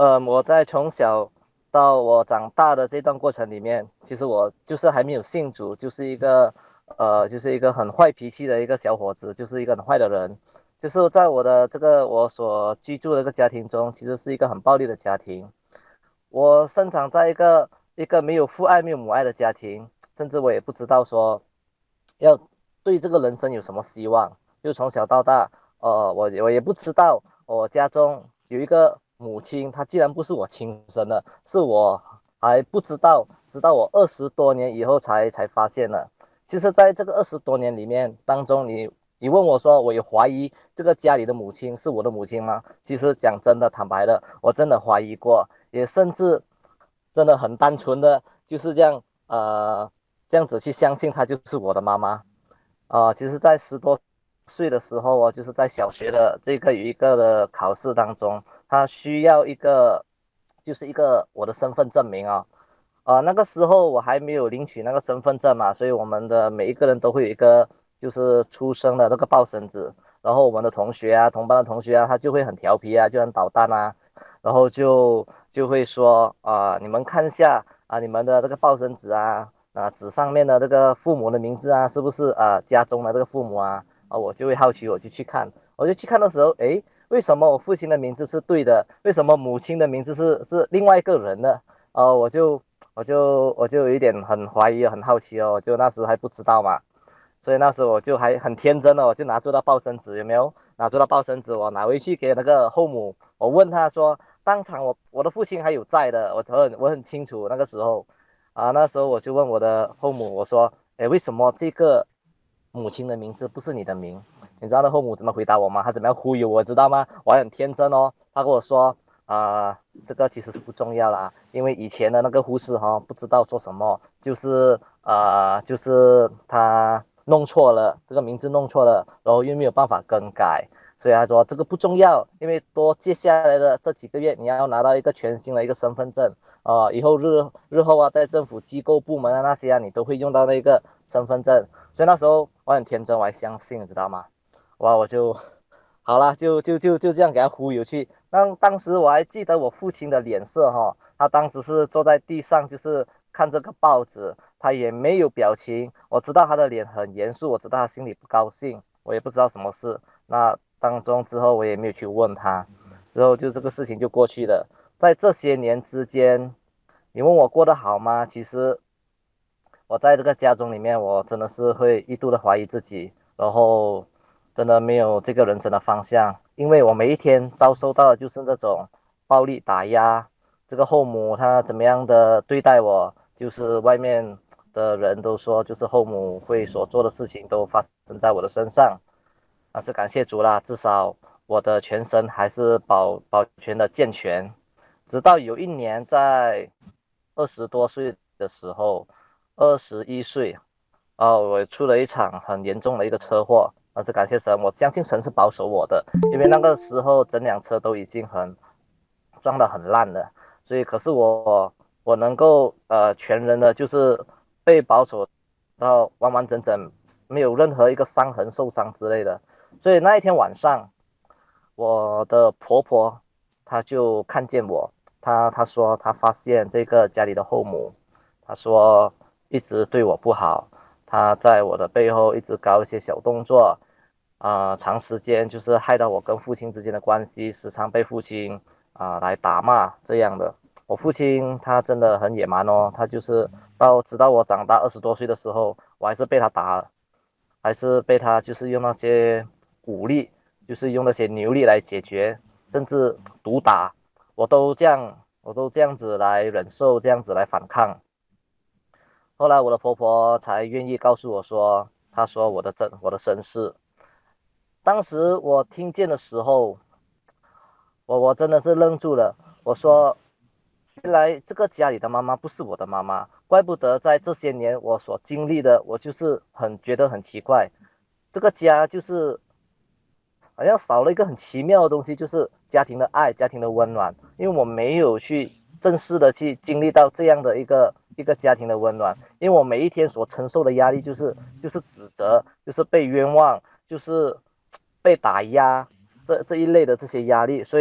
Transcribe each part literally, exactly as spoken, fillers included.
呃，我在从小到我长大的这段过程里面，其实我就是还没有信主，就是一个呃，就是一个很坏脾气的一个小伙子，就是一个很坏的人。就是在我的这个我所居住的一个家庭中，其实是一个很暴力的家庭。我生长在一个一个没有父爱、没有母爱的家庭，甚至我也不知道说要对这个人生有什么希望。就从小到大，呃，我我也不知道我家中有一个母亲，她既然不是我亲生的，是我还不知道，直到我二十多年以后才才发现了。其实，在这个二十多年里面当中，你你问我说，我有怀疑这个家里的母亲是我的母亲吗？其实讲真的，坦白的，我真的怀疑过，也甚至真的很单纯的就是这样，呃，这样子去相信她就是我的妈妈。啊、呃其实，在十多岁的时候哦，就是在小学的这个有一个的考试当中，他需要一个，就是一个我的身份证明啊、哦。呃，那个时候我还没有领取那个身份证嘛，所以我们的每一个人都会有一个就是出生的那个报生纸，然后我们的同学啊，同班的同学啊，他就会很调皮啊，就很捣蛋啊，然后就就会说啊、呃你们看一下啊，你们的这个报生纸啊，啊纸上面的这个父母的名字啊，是不是啊家中的这个父母啊？啊，我就会好奇，我就去看，我就去看的时候，诶，为什么我父亲的名字是对的？为什么母亲的名字是是另外一个人呢？哦，我就我就我就有一点很怀疑，很好奇哦，就那时还不知道嘛，所以那时我就还很天真的，我就拿出了报生纸，有没有？拿出了报生纸，我拿回去给那个后母，我问他说，当场我我的父亲还有在的，我很我很清楚那个时候，啊，那时候我就问我的后母，我说，哎，为什么这个母亲的名字不是你的名？你知道那后母怎么回答我吗？他怎么样忽悠我，知道吗？我还很天真哦，他跟我说，啊、呃这个其实是不重要啦，因为以前的那个护士哈、哦，不知道做什么，就是啊、呃就是他弄错了，这个名字弄错了，然后又没有办法更改，所以他说这个不重要，因为多接下来的这几个月你要拿到一个全新的一个身份证，啊、呃以后日日后啊，在政府机构部门啊那些啊，你都会用到那个身份证，所以那时候我很天真，我还相信，知道吗？哇，我就好了，就就就就这样给他忽悠去。当当时我还记得我父亲的脸色哈，他当时是坐在地上，就是看这个报纸，他也没有表情。我知道他的脸很严肃，我知道他心里不高兴，我也不知道什么事。那当中之后我也没有去问他，之后就这个事情就过去了。在这些年之间，你问我过得好吗？其实我在这个家中里面，我真的是会一度的怀疑自己，然后真的没有这个人生的方向，因为我每一天遭受到的就是这种暴力打压，这个后母她怎么样的对待我，就是外面的人都说，就是后母会所做的事情都发生在我的身上，但是感谢主啦，至少我的全身还是保保全的健全，直到有一年在二十多岁的时候，二十一岁，哦，我出了一场很严重的一个车祸，但是感谢神，我相信神是保守我的，因为那个时候整辆车都已经很撞得很烂了，所以可是我我能够呃全人的就是被保守到完完整整，没有任何一个伤痕受伤之类的，所以那一天晚上，我的婆婆她就看见我，她她说她发现这个家里的后母，她说一直对我不好，她在我的背后一直搞一些小动作，啊、呃长时间就是害到我跟父亲之间的关系，时常被父亲啊、呃来打骂这样的。我父亲他真的很野蛮哦，他就是到直到我长大二十多岁的时候，我还是被他打，还是被他就是用那些武力，就是用那些牛力来解决，甚至毒打，我都这样，我都这样子来忍受，这样子来反抗。后来我的婆婆才愿意告诉我说，她说我的真我的身世。当时我听见的时候，我我真的是愣住了。我说，原来这个家里的妈妈不是我的妈妈，怪不得在这些年我所经历的，我就是很觉得很奇怪，这个家就是好像少了一个很奇妙的东西，就是家庭的爱、家庭的温暖。因为我没有去正式的去经历到这样的一个一个家庭的温暖，因为我每一天所承受的压力就是就是指责，就是被冤枉，就是被打压这这一类的这些压力，所以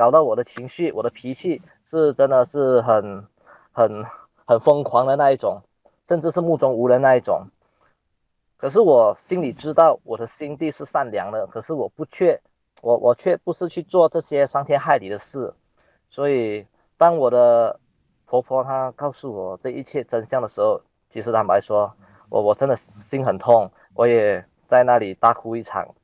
搞到我的情绪，我的脾气是真的是很很很疯狂的那一种，甚至是目中无人那一种。可是我心里知道我的心地是善良的，可是我不却我我却不是去做这些伤天害理的事。所以当我的婆婆她告诉我这一切真相的时候，其实坦白说，我我真的心很痛，我也在那里大哭一场，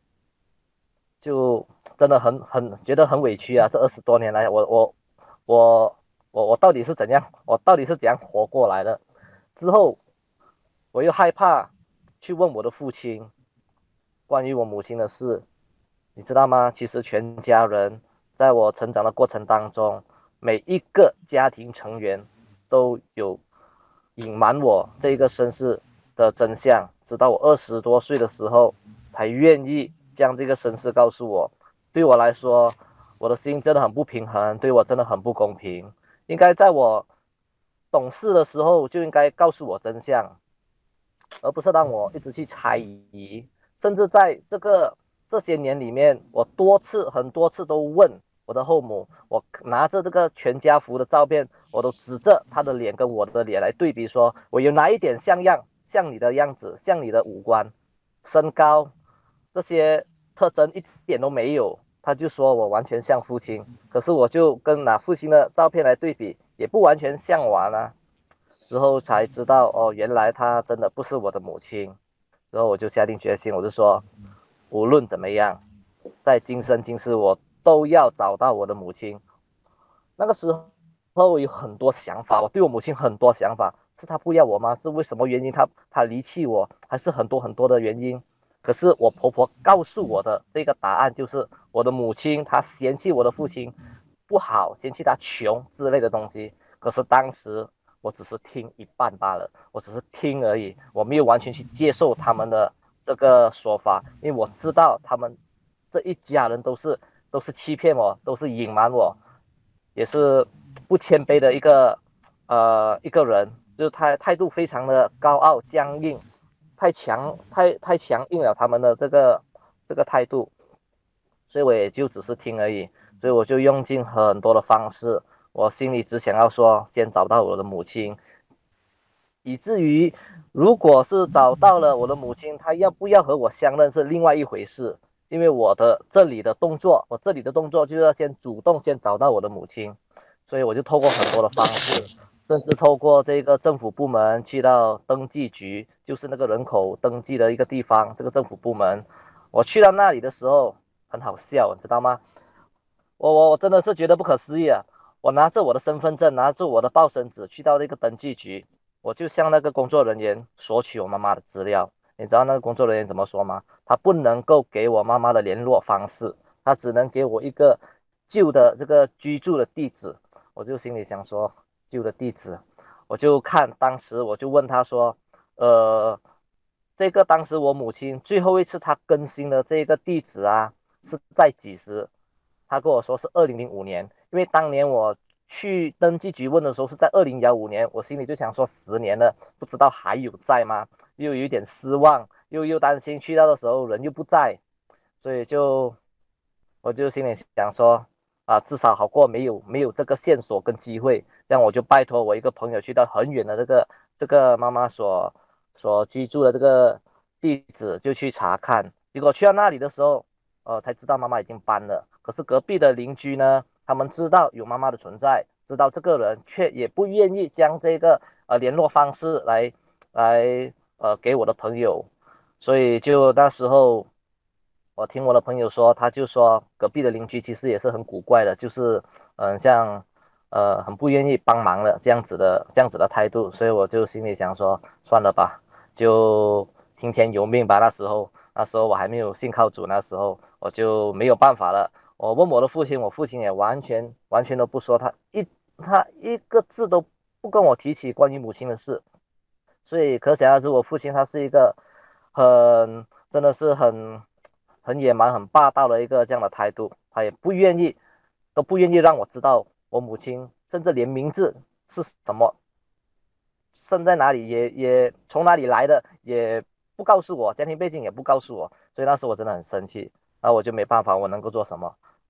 就真的很很觉得很委屈啊！这二十多年来，我我我我我到底是怎样，我到底是怎样活过来的？之后我又害怕去问我的父亲关于我母亲的事，你知道吗？其实全家人在我成长的过程当中，每一个家庭成员都有隐瞒我这个身世的真相，直到我二十多岁的时候，才愿意将这个身世告诉我。对我来说，我的心真的很不平衡，对我真的很不公平。应该在我懂事的时候就应该告诉我真相，而不是让我一直去猜疑。甚至在这个这些年里面，我多次很多次都问我的后母，我拿着这个全家福的照片，我都指着她的脸跟我的脸来对比，说我有哪一点像样，像你的样子，像你的五官、身高这些特征一点都没有。他就说我完全像父亲，可是我就跟拿父亲的照片来对比，也不完全像完啊。之后才知道，哦，原来她真的不是我的母亲。之后我就下定决心，我就说，无论怎么样，在今生今世我都要找到我的母亲。那个时候我有很多想法，我对我母亲很多想法，是她不要我吗？是为什么原因她她离弃我？还是很多很多的原因？可是我婆婆告诉我的这个答案就是，我的母亲她嫌弃我的父亲不好，嫌弃他穷之类的东西。可是当时我只是听一半罢了，我只是听而已，我没有完全去接受他们的这个说法，因为我知道他们这一家人都是都是欺骗我，都是隐瞒我，也是不谦卑的一个呃一个人，就是他态度非常的高傲僵硬，太强太太强硬了他们的这个这个态度，所以我也就只是听而已，所以我就用尽很多的方式，我心里只想要说先找到我的母亲，以至于如果是找到了我的母亲，她要不要和我相认是另外一回事。因为我的这里的动作，我这里的动作就是要先主动先找到我的母亲，所以我就透过很多的方式，甚至透过这个政府部门去到登记局，就是那个人口登记的一个地方，这个政府部门，我去到那里的时候很好笑，你知道吗？我我我真的是觉得不可思议啊！我拿着我的身份证，拿着我的报生纸去到那个登记局，我就向那个工作人员索取我妈妈的资料。你知道那个工作人员怎么说吗？他不能够给我妈妈的联络方式，他只能给我一个旧的这个居住的地址。我就心里想说，旧的地址，我就看当时我就问他说，呃，这个当时我母亲最后一次她更新的这个地址啊，是在几时？他跟我说是二零零五年，因为当年我去登记局问的时候是在二零幺五年，我心里就想说十年了，不知道还有在吗？又有一点失望，又又担心去到的时候人又不在，所以就我就心里想说啊，至少好过没有没有这个线索跟机会，这样我就拜托我一个朋友去到很远的这个这个妈妈所所居住的这个地址就去查看，结果去到那里的时候。呃，才知道妈妈已经搬了。可是隔壁的邻居呢，他们知道有妈妈的存在，知道这个人，却也不愿意将这个呃联络方式来来呃给我的朋友，所以就那时候我听我的朋友说，他就说隔壁的邻居其实也是很古怪的，就是嗯、呃、像呃很不愿意帮忙的这样子的这样子的态度，所以我就心里想说，算了吧，就听天由命吧。那时候那时候我还没有信靠主，那时候我就没有办法了。我问我的父亲，我父亲也完全完全都不说，他一他一个字都不跟我提起关于母亲的事。所以可想而知，我父亲他是一个很真的是很很野蛮、很霸道的一个这样的态度，他也不愿意都不愿意让我知道我母亲，甚至连名字是什么，生在哪里也也从哪里来的也不告诉我，家庭背景也不告诉我，所以那时我真的很生气，然后我就没办法，我能够做什么？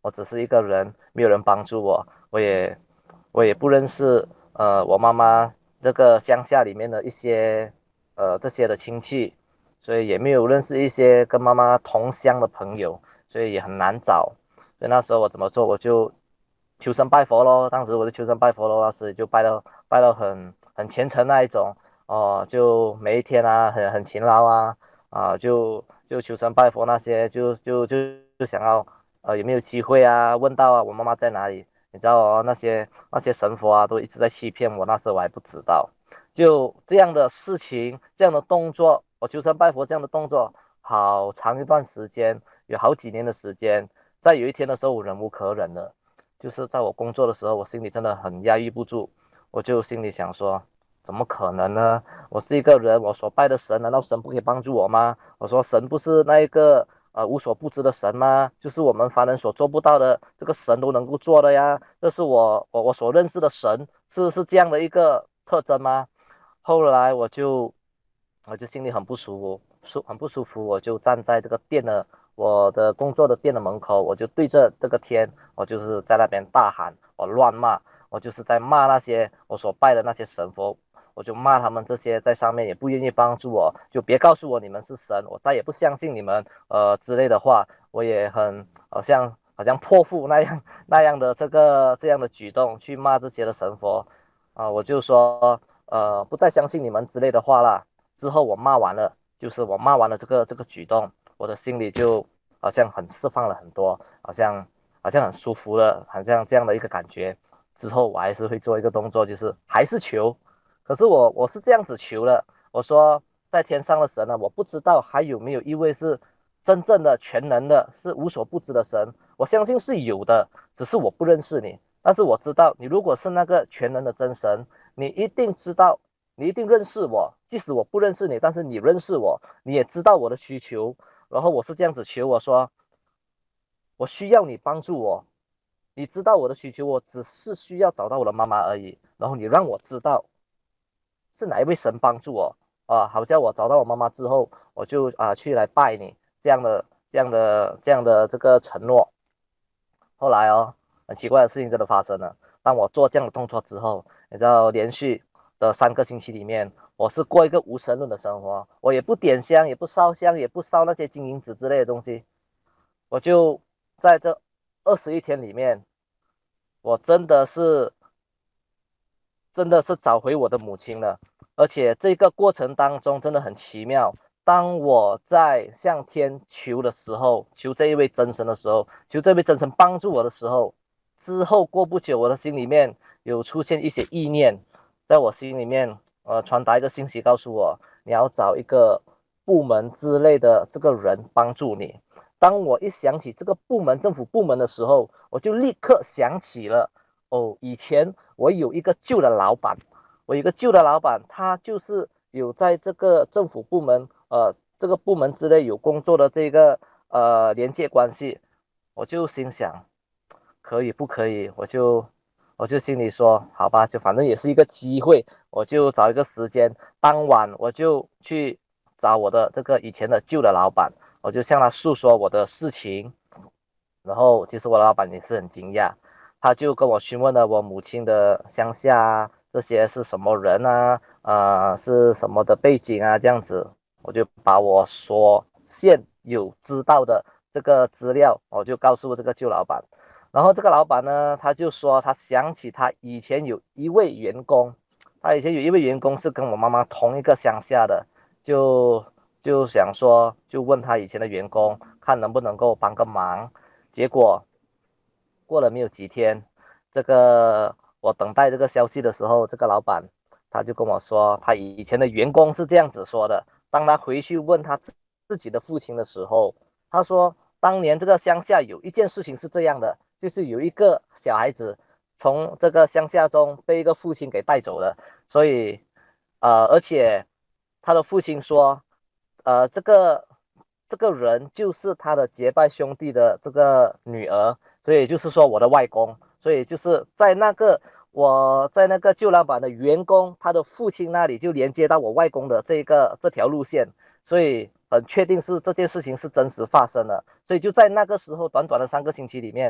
我只是一个人，没有人帮助我，我也我也不认识呃我妈妈这个乡下里面的一些呃这些的亲戚，所以也没有认识一些跟妈妈同乡的朋友，所以也很难找。所以那时候我怎么做，我就求神拜佛咯。当时我就求神拜佛咯，当时就拜到拜到很很虔诚那一种哦，就每一天啊很很勤劳啊啊就就求神拜佛那些，就就就就想要呃有没有机会啊，问到啊我妈妈在哪里。你知道哦，那些那些神佛啊都一直在欺骗我，那时候我还不知道。就这样的事情，这样的动作，我求神拜佛这样的动作，好长一段时间，有好几年的时间。在有一天的时候，我忍无可忍了，就是在我工作的时候，我心里真的很压抑不住，我就心里想说，怎么可能呢？我是一个人，我所拜的神，难道神不可以帮助我吗？我说神不是那一个呃无所不知的神吗？就是我们凡人所做不到的，这个神都能够做的呀。这是我我我所认识的神，是是这样的一个特征吗？后来我就我就心里很不舒服，舒很不舒服，我就站在这个店的我的工作的店的门口，我就对着这个天，我就是在那边大喊，我乱骂，我就是在骂那些我所拜的那些神佛，我就骂他们这些在上面也不愿意帮助我，就别告诉我你们是神，我再也不相信你们呃之类的话，我也很好像好像泼妇那样那样的这个这样的举动去骂这些的神佛啊、呃我就说呃不再相信你们之类的话啦。之后我骂完了，就是我骂完了这个这个举动，我的心里就好像很释放了很多，好像好像很舒服了，好像这样的一个感觉。之后我还是会做一个动作，就是还是求，可是我我是这样子求了，我说在天上的神呢，我不知道还有没有一位是真正的全能的，是无所不知的神，我相信是有的，只是我不认识你。但是我知道，你如果是那个全能的真神，你一定知道，你一定认识我，即使我不认识你，但是你认识我，你也知道我的需求。然后我是这样子求，我说我需要你帮助我，你知道我的需求，我只是需要找到我的妈妈而已。然后你让我知道是哪一位神帮助我啊，好叫我找到我妈妈之后，我就啊去来拜你这样的这样的这样的这个承诺。后来哦，很奇怪的事情真的发生了。当我做这样的动作之后，你知道，连续的三个星期里面，我是过一个无神论的生活，我也不点香，也不烧香，也不烧那些金银纸之类的东西。我就在这二十一天里面，我真的是真的是找回我的母亲了。而且这个过程当中真的很奇妙。当我在向天求的时候，求这一位真神的时候，求这位真神帮助我的时候，之后过不久，我的心里面有出现一些意念，在我心里面呃传达一个信息，告诉我你要找一个部门之类的这个人帮助你。当我一想起这个部门政府部门的时候，我就立刻想起了哦，以前我有一个旧的老板，我有一个旧的老板，他就是有在这个政府部门呃这个部门之类有工作的这个呃连接关系。我就心想可以不可以，我就我就心里说好吧，就反正也是一个机会，我就找一个时间，当晚我就去找我的这个以前的旧的老板，我就向他诉说我的事情。然后其实我的老板也是很惊讶，他就跟我询问了我母亲的乡下啊，这些是什么人啊，呃，是什么的背景啊，这样子，我就把我所现有知道的这个资料，我就告诉这个旧老板。然后这个老板呢，他就说他想起他以前有一位员工，他以前有一位员工是跟我妈妈同一个乡下的，就就想说，就问他以前的员工，看能不能够帮个忙。结果过了没有几天，这个我等待这个消息的时候，这个老板他就跟我说，他以前的员工是这样子说的。当他回去问他自己的父亲的时候，他说当年这个乡下有一件事情是这样的，就是有一个小孩子从这个乡下中被一个父亲给带走了，所以呃，而且他的父亲说，呃，这个这个人就是他的结拜兄弟的这个女儿，所以就是说我的外公，所以就是在那个我在那个旧老板的员工他的父亲那里就连接到我外公的这个这条路线，所以很确定是这件事情是真实发生的。所以就在那个时候短短的三个星期里面，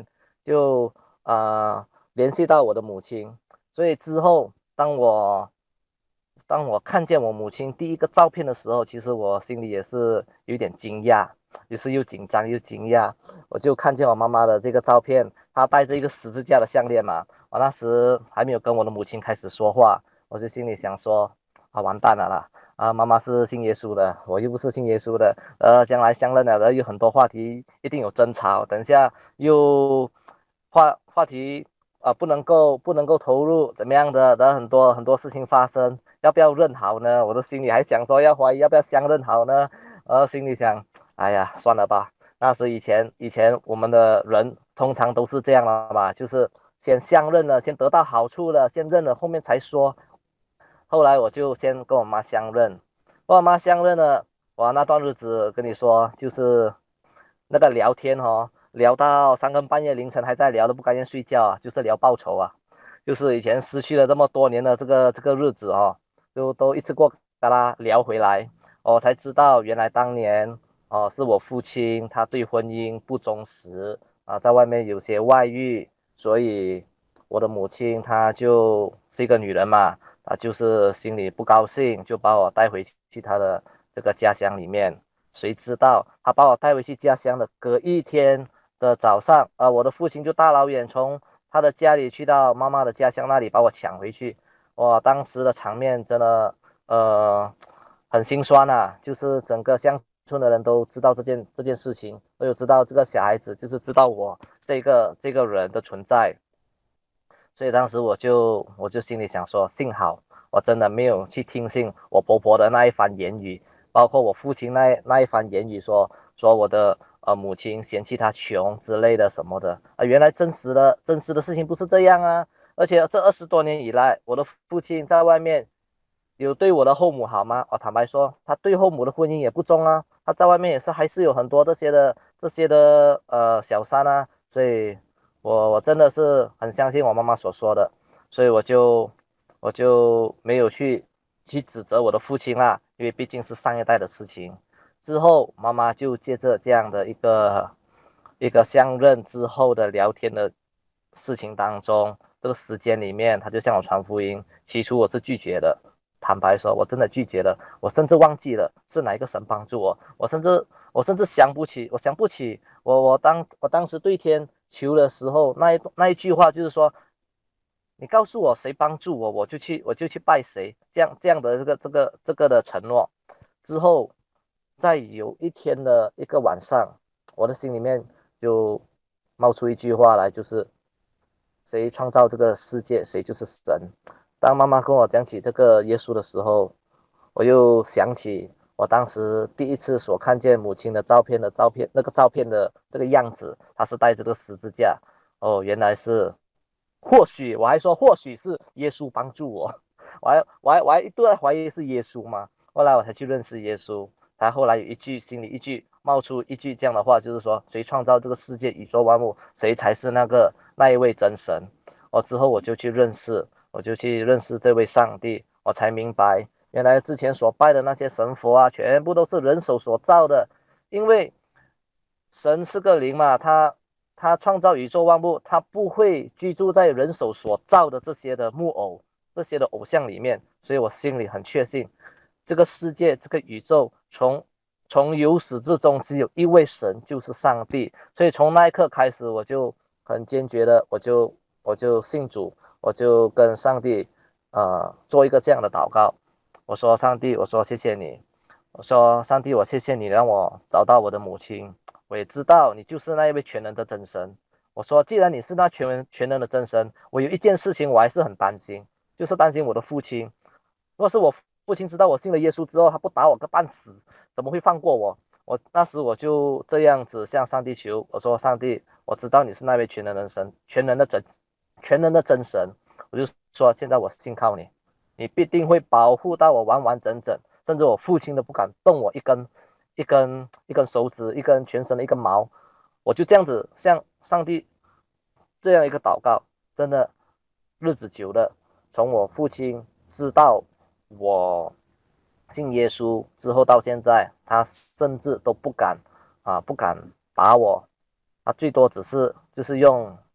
就呃联系到我的母亲，所以之后当我当我看见我母亲第一个照片的时候，其实我心里也是有点惊讶，也是又紧张又惊讶。我就看见我妈妈的这个照片，她戴着一个十字架的项链嘛，我那时还没有跟我的母亲开始说话，我就心里想说啊，完蛋了啦！啊，妈妈是信耶稣的，我又不是信耶稣的，呃，将来相认了的有很多话题，一定有争吵，等一下又话话题啊、呃、不能够不能够投入怎么样的，的很多很多事情发生。要不要认好呢？我的心里还想说要怀疑要不要相认好呢，然后心里想，哎呀，算了吧。那时以前以前我们的人通常都是这样了嘛，就是先相认了，先得到好处了，先认了，后面才说。后来我就先跟我妈相认，跟我妈相认了，哇，那段日子跟你说就是那个聊天哦，聊到三更半夜凌晨还在聊，都不甘愿睡觉啊，就是聊报仇啊，就是以前失去了这么多年的这个这个日子哦。就都一次过跟他聊回来，我才知道原来当年哦是我父亲他对婚姻不忠实啊，在外面有些外遇，所以我的母亲她就是一个女人嘛，她就是心里不高兴，就把我带回去她的这个家乡里面。谁知道她把我带回去家乡的隔一天的早上，呃，我的父亲就大老远从他的家里去到妈妈的家乡那里把我抢回去。哇，当时的场面真的呃很心酸啊，就是整个乡村的人都知道这件这件事情，都有知道这个小孩子，就是知道我这个这个人的存在，所以当时我就我就心里想说，幸好我真的没有去听信我婆婆的那一番言语，包括我父亲那那一番言语说说我的呃母亲嫌弃他穷之类的什么的啊，原来真实的真实的事情不是这样啊。而且这二十多年以来，我的父亲在外面有对我的后母好吗？我坦白说，他对后母的婚姻也不忠啊，他在外面也是还是有很多这些的这些的呃小三啊，所以我我真的是很相信我妈妈所说的，所以我就我就没有去去指责我的父亲啦，因为毕竟是上一代的事情。之后妈妈就借着这样的一个一个相认之后的聊天的事情当中，这个时间里面，他就向我传福音。起初我是拒绝的，坦白说，我真的拒绝了。我甚至忘记了是哪一个神帮助我，我甚至我甚至想不起，我想不起我我当我当时对天求的时候，那一那一句话就是说，你告诉我谁帮助我，我就去我就去拜谁，这样这样的这个这个这个的承诺。之后，在有一天的一个晚上，我的心里面就冒出一句话来，就是谁创造这个世界，谁就是神。当妈妈跟我讲起这个耶稣的时候，我又想起我当时第一次所看见母亲的照片的照片，那个照片的这个样子，她是带着个十字架。哦，原来是，或许我还说或许是耶稣帮助我，我还我还我还一度在怀疑是耶稣嘛。后来我才去认识耶稣。他后来有一句心里一句冒出一句这样的话，就是说谁创造这个世界宇宙万物，谁才是那个那一位真神。我之后我就去认识，我就去认识这位上帝，我才明白原来之前所拜的那些神佛啊，全部都是人手所造的。因为神是个灵嘛，他他创造宇宙万物，他不会居住在人手所造的这些的木偶、这些的偶像里面，所以我心里很确信，这个世界、这个宇宙从从由始至终只有一位神，就是上帝。所以从那一刻开始，我就很坚决的，我就我就信主，我就跟上帝呃做一个这样的祷告。我说上帝，我说谢谢你，我说上帝，我谢谢你让我找到我的母亲。我也知道你就是那一位全能的真神。我说，既然你是那全能全能的真神，我有一件事情我还是很担心，就是担心我的父亲。若是我父亲知道我信了耶稣之后，他不打我个半死，怎么会放过我？我那时我就这样子向上帝求，我说上帝，我知道你是那位全能的神，全能的真，全能的真神。我就说现在我信靠你，你必定会保护到我完完整整，甚至我父亲都不敢动我一根一根一根手指，一根全身的一根毛。我就这样子向上帝这样一个祷告，真的日子久了，从我父亲知道我信耶稣之后到现在，他甚至都不敢啊不敢打我，他最多只是就是用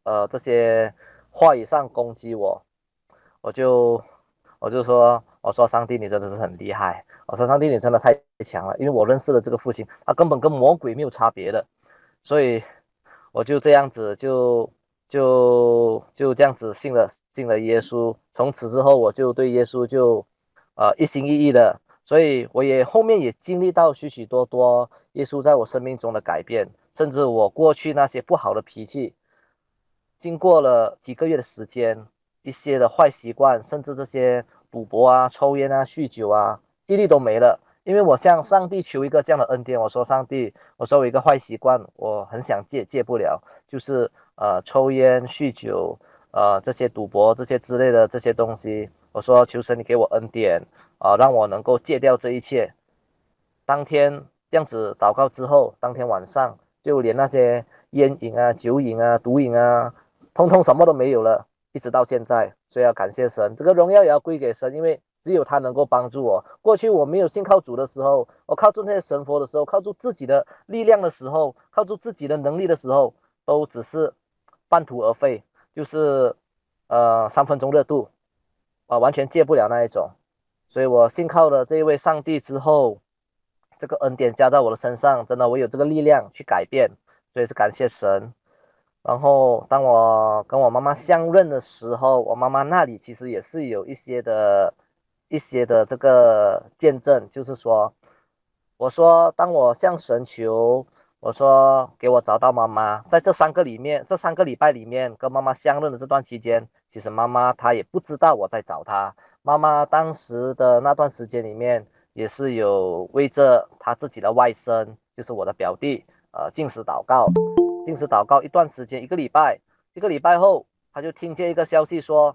呃这些话语上攻击我，我就我就说我说上帝你真的是很厉害，我说上帝你真的太强了，因为我认识的这个父亲他根本跟魔鬼没有差别的，所以我就这样子就就就这样子信了信了耶稣，从此之后我就对耶稣就呃一心一意的，所以我也后面也经历到许许多多耶稣在我生命中的改变，甚至我过去那些不好的脾气，经过了几个月的时间，一些的坏习惯，甚至这些赌博啊、抽烟啊、酗酒啊，一律都没了。因为我向上帝求一个这样的恩典，我说上帝，我说我一个坏习惯，我很想戒，戒不了，就是呃抽烟、酗酒，呃这些赌博这些之类的这些东西。我说求神你给我恩典啊、呃，让我能够戒掉这一切。当天这样子祷告之后，当天晚上就连那些烟瘾啊、酒瘾啊、毒瘾啊，通通什么都没有了，一直到现在。所以要感谢神，这个荣耀也要归给神，因为只有他能够帮助我。过去我没有信靠主的时候，我靠住那些神佛的时候，靠住自己的力量的时候，靠住自己的能力的时候，都只是半途而废，就是呃三分钟热度啊、呃，完全戒不了那一种。所以我信靠了这一位上帝之后，这个恩典加在我的身上，真的我有这个力量去改变，所以是感谢神。然后当我跟我妈妈相认的时候，我妈妈那里其实也是有一些的、一些的这个见证，就是说，我说当我向神求，我说给我找到妈妈，在这三个里面，这三个礼拜里面跟妈妈相认的这段期间，其实妈妈她也不知道我在找她。妈妈当时的那段时间里面，也是有为着她自己的外甥，就是我的表弟，呃，进食祷告。进食祷告一段时间，一个礼拜，一个礼拜后，他就听见一个消息说，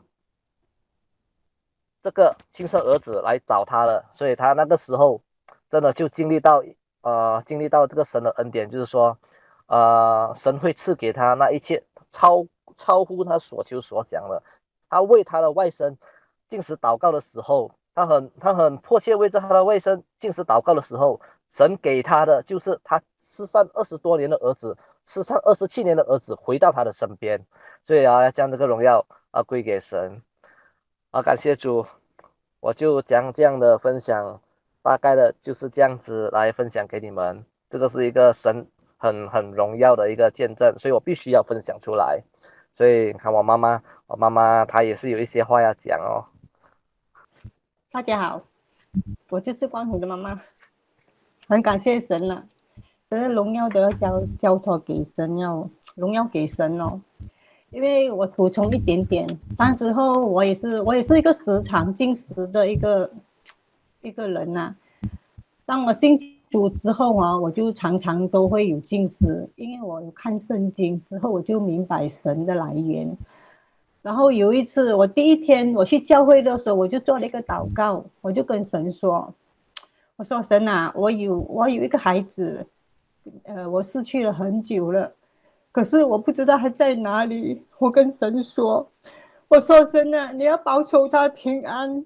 这个亲生儿子来找他了，所以他那个时候真的就经历到，呃，经历到这个神的恩典，就是说，呃，神会赐给他那一切超超乎他所求所想的。他为他的外甥进食祷告的时候，他很他很迫切为着他的外甥进食祷告的时候，神给他的就是他失散二十多年的儿子，失散二十七年的儿子回到他的身边，所以啊，要将这个荣耀啊归给神啊，感谢主，我就将这样的分享，大概的就是这样子来分享给你们，这个是一个神很很荣耀的一个见证，所以我必须要分享出来，所以看我妈妈，我妈妈她也是有一些话要讲哦。 大家好，我就是光头的妈妈，很感谢神了，这个荣耀都要交交托给神，要荣耀给神哦。因为我补充一点点，当时候我也是我也是一个时常进食的一个一个人呐、啊。当我信主之后啊，我就常常都会有进食，因为我有看圣经之后，我就明白神的来源。然后有一次，我第一天我去教会的时候，我就做了一个祷告，我就跟神说：“我说神啊，我有我有一个孩子，呃，我失去了很久了，可是我不知道他在哪里。我跟神说，我说神啊，你要保守他平安。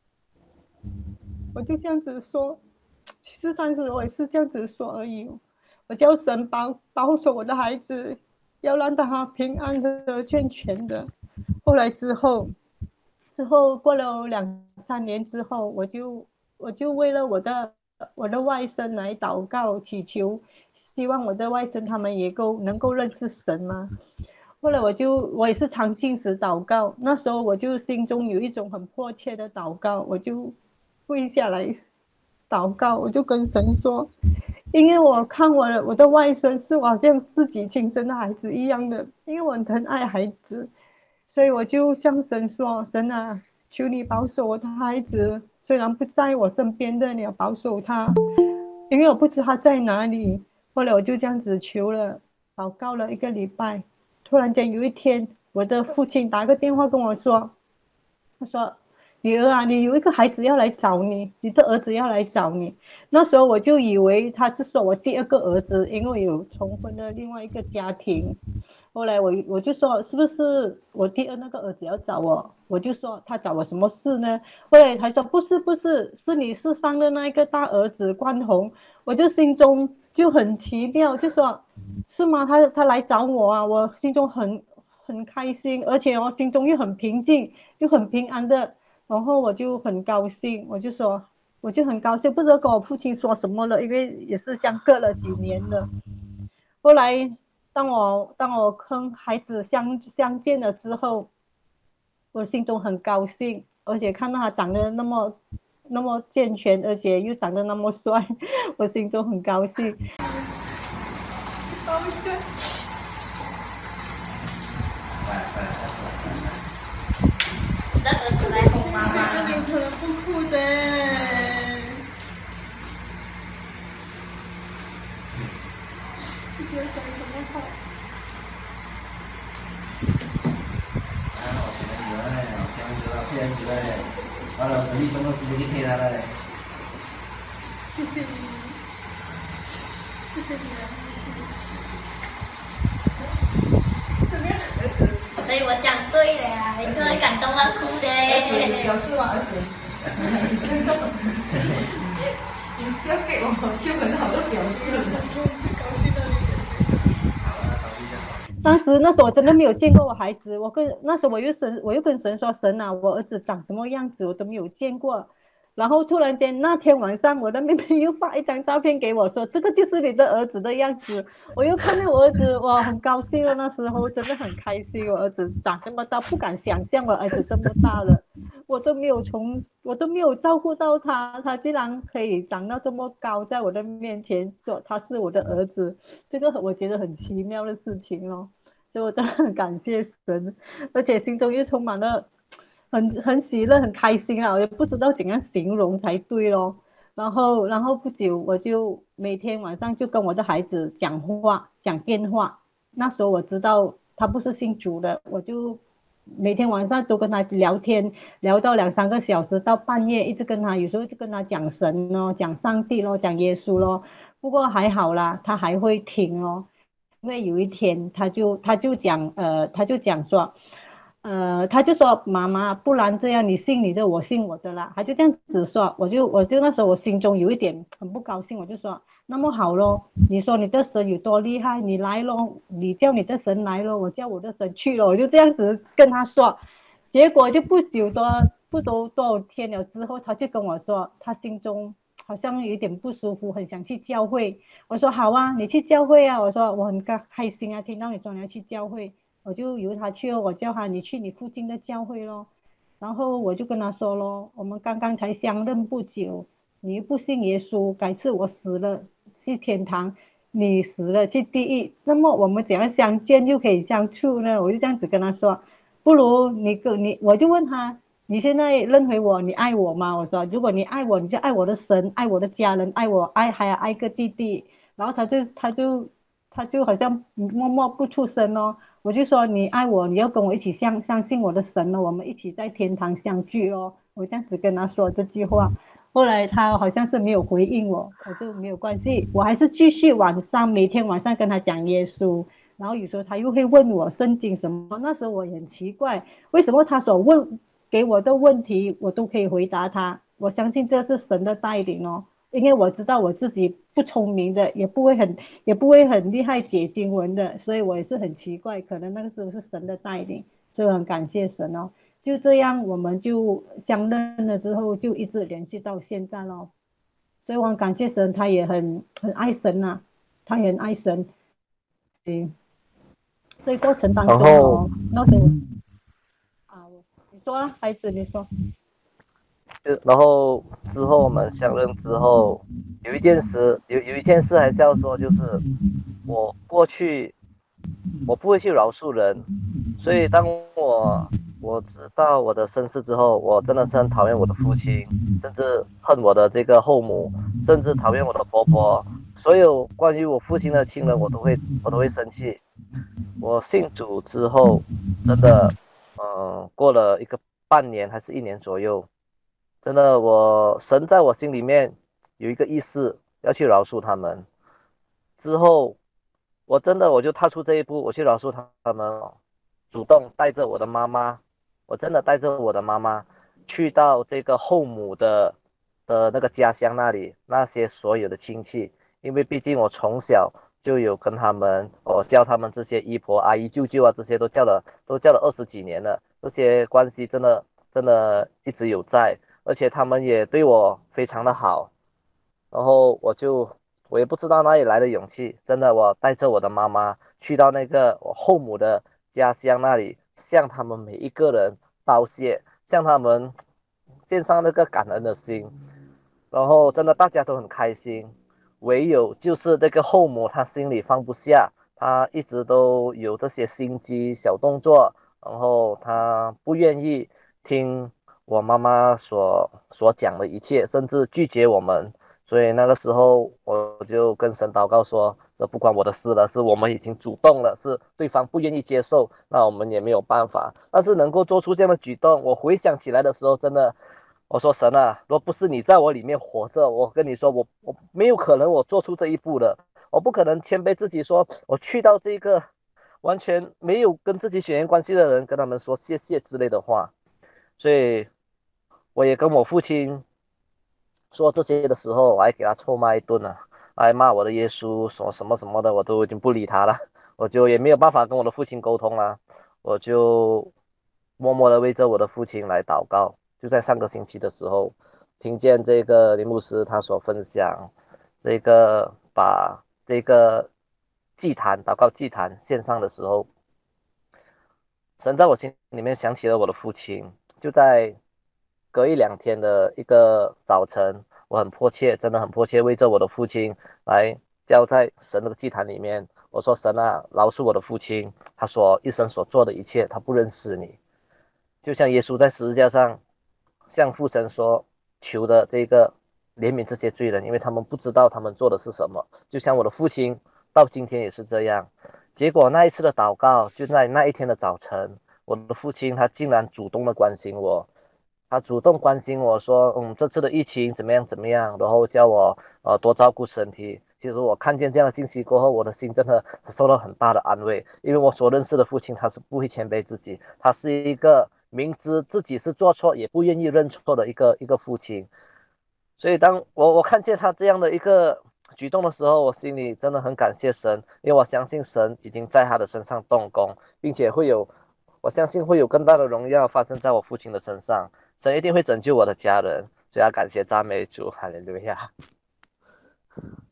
我就这样子说，其实当时我也是这样子说而已。我叫神保保守我的孩子，要让他平安的、健全的。后来之后，之后过了两三年之后，我就我就为了我的我的外甥来祷告祈求，希望我的外甥他们也够能够认识神嘛。后来我就我也是常进食祷告，那时候我就心中有一种很迫切的祷告，我就跪下来祷告，我就跟神说，因为我看我的我的外甥是我好像自己亲生的孩子一样的，因为我很疼爱孩子，所以我就向神说，神啊，求你保守我的孩子，虽然不在我身边的，你要保守他，因为我不知道他在哪里。后来我就这样子求了，祷告了一个礼拜，突然间有一天，我的父亲打个电话跟我说，他说：“女儿啊，你有一个孩子要来找你，你的儿子要来找你。”那时候我就以为他是说我第二个儿子，因为有重婚的另外一个家庭。后来我我就说是不是我第二那个儿子要找我？我就说他找我什么事呢？后来他说不是不是，是你世上的那一个大儿子关宏。我就心中就很奇妙，就说是吗？他他来找我啊，我心中很很开心，而且我心中又很平静，又很平安的，然后我就很高兴，我就说，我就很高兴，不知道跟我父亲说什么了，因为也是相隔了几年了。后来，当我当我跟孩子相相见了之后，我心中很高兴，而且看到他长得那么那么健全，而且又长得那么帅，我心中很高兴。高兴。 你的儿子来哄妈妈， 你可能不哭的。你觉得讲什么好？ 啊，我喜欢你嘞，我喜欢你了，配合你嘞，完了，努力工作时间去配他嘞。 谢谢你，谢谢你啊！怎么样，儿子？ 所以我讲对了呀，你真的感动到哭的。 有事吗，儿子？真的，你要给我就很好的表示了。 高兴到你。当时那时候我真的没有见过我孩子，我跟那时候我又神，我又跟神说，神啊，我儿子长什么样子我都没有见过。然后突然间那天晚上，我的妹妹又发一张照片给我，说这个就是你的儿子的样子。我又看到我儿子，哇，很高兴了。那时候真的很开心，我儿子长这么大，不敢想象我儿子这么大了。我都没有从，我都没有照顾到他，他竟然可以长到这么高，在我的面前说他是我的儿子，这个我觉得很奇妙的事情哦。所以我真的很感谢神，而且心中又充满了很很喜乐、很开心啊！我也不知道怎样形容才对咯。然后，然后不久我就每天晚上就跟我的孩子讲话、讲电话。那时候我知道他不是信主的，我就每天晚上都跟他聊天，聊到两三个小时，到半夜一直跟他，有时候就跟他讲神咯，讲上帝咯，讲耶稣咯。不过还好啦，他还会听哦。因为有一天他就他就讲呃他就讲说呃他就说妈妈，不然这样你信你的我信我的啦，他就这样子说。我就我就那时候我心中有一点很不高兴，我就说那么好咯，你说你的神有多厉害，你来咯，你叫你的神来咯，我叫我的神去咯，我就这样子跟他说。结果就不久多不多多少天了之后，他就跟我说他心中好像有点不舒服，很想去教会。我说好啊，你去教会啊。我说我很开心啊，听到你说你要去教会，我就由他去哦。我叫他你去你附近的教会咯。然后我就跟他说咯，我们刚刚才相认不久，你不信耶稣，改次我死了去天堂，你死了去地狱，那么我们怎样相见又可以相处呢？我就这样子跟他说，不如你跟你，我就问他。你现在认为我，你爱我吗？我说，如果你爱我，你就爱我的神，爱我的家人，爱我，爱还要爱个弟弟。然后他就他就他就好像默默不出声哦。我就说你爱我，你要跟我一起相相信我的神哦，我们一起在天堂相聚哦。我这样子跟他说这句话。后来他好像是没有回应我，我就没有关系，我还是继续晚上每天晚上跟他讲耶稣。然后有时候他又会问我圣经什么，那时候我也很奇怪，为什么他所问给我的问题我都可以回答他。我相信这是神的带领哦，因为我知道我自己不聪明的，也不会很也不会很厉害解经文的，所以我也是很奇怪，可能那个时候是神的带领，所以我很感谢神哦。就这样我们就相认了之后，就一直联系到现在咯。所以我很感谢神，他也很很爱神啊，他也很爱神。对，所以过程当中哦，那时候啊，你说啊，孩子，你说。 然后之后我们相认之后，有一件事，有有一件事还是要说，就是我过去我不会去饶恕人，所以当我我知道我的身世之后，我真的是很讨厌我的父亲，甚至恨我的这个后母，甚至讨厌我的婆婆，所有关于我父亲的亲人，我都会我都会生气。我信主之后，真的，嗯、呃，过了一个半年还是一年左右。真的，我神在我心里面有一个意识要去饶恕他们。之后，我真的我就踏出这一步，我去饶恕他们，主动带着我的妈妈，我真的带着我的妈妈去到这个后母的的那个家乡那里，那些所有的亲戚，因为毕竟我从小就有跟他们，我叫他们这些姨婆、阿姨、舅舅啊，这些都叫了，都叫了二十几年了，这些关系真的真的一直有在，而且他们也对我非常的好，然后我就我也不知道哪里来的勇气，真的，我带着我的妈妈去到那个我后母的家乡那里，向他们每一个人道谢，向他们献上那个感恩的心，然后真的大家都很开心，唯有就是那个后母她心里放不下，她一直都有这些心机小动作，然后她不愿意听我妈妈所所讲的一切，甚至拒绝我们。所以那个时候我就跟神祷告说，这不关我的事了，是我们已经主动了，是对方不愿意接受，那我们也没有办法。但是能够做出这样的举动，我回想起来的时候，真的，我说神啊，若不是你在我里面活着，我跟你说，我我没有可能我做出这一步的，我不可能谦卑自己说，我去到这个完全没有跟自己血缘关系的人，跟他们说谢谢之类的话。所以我也跟我父亲说这些的时候，我还给他臭骂一顿啊，还骂我的耶稣，说什么什么的，我都已经不理他了，我就也没有办法跟我的父亲沟通了，我就默默的为着我的父亲来祷告。就在上个星期的时候，听见这个林牧师他所分享，这个把这个祭坛祷告祭坛献上的时候，神在我心里面想起了我的父亲，就在隔一两天的一个早晨，我很迫切，真的很迫切，为着我的父亲来交在神的祭坛里面。我说神啊，饶恕我的父亲，他所一生所做的一切，他不认识你。就像耶稣在十字架上向父神说求的这个怜悯这些罪人，因为他们不知道他们做的是什么。就像我的父亲到今天也是这样。结果那一次的祷告，就在那一天的早晨，我的父亲他竟然主动的关心我，他主动关心我说，嗯，这次的疫情怎么样怎么样，然后叫我呃多照顾身体。其实我看见这样的信息过后，我的心真的受到很大的安慰，因为我所认识的父亲他是不会谦卑自己，他是一个明知自己是做错也不愿意认错的一个一个父亲。所以当我我看见他这样的一个举动的时候，我心里真的很感谢神，因为我相信神已经在他的身上动工，并且会有，我相信会有更大的荣耀发生在我父亲的身上。神一定会拯救我的家人，所以要感谢赞美主，哈利路亚。